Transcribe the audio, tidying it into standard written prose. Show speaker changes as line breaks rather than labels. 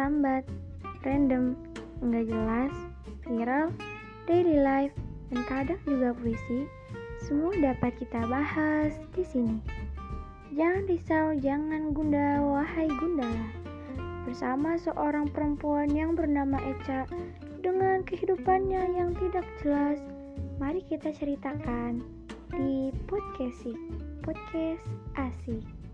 sambat, random, nggak jelas, viral, daily life, dan kadang juga puisi, semua dapat kita bahas di sini. Jangan risau, jangan gundah, wahai gundala. Bersama seorang perempuan yang bernama Eca, dengan kehidupannya yang tidak jelas, mari kita ceritakan di podcast asik.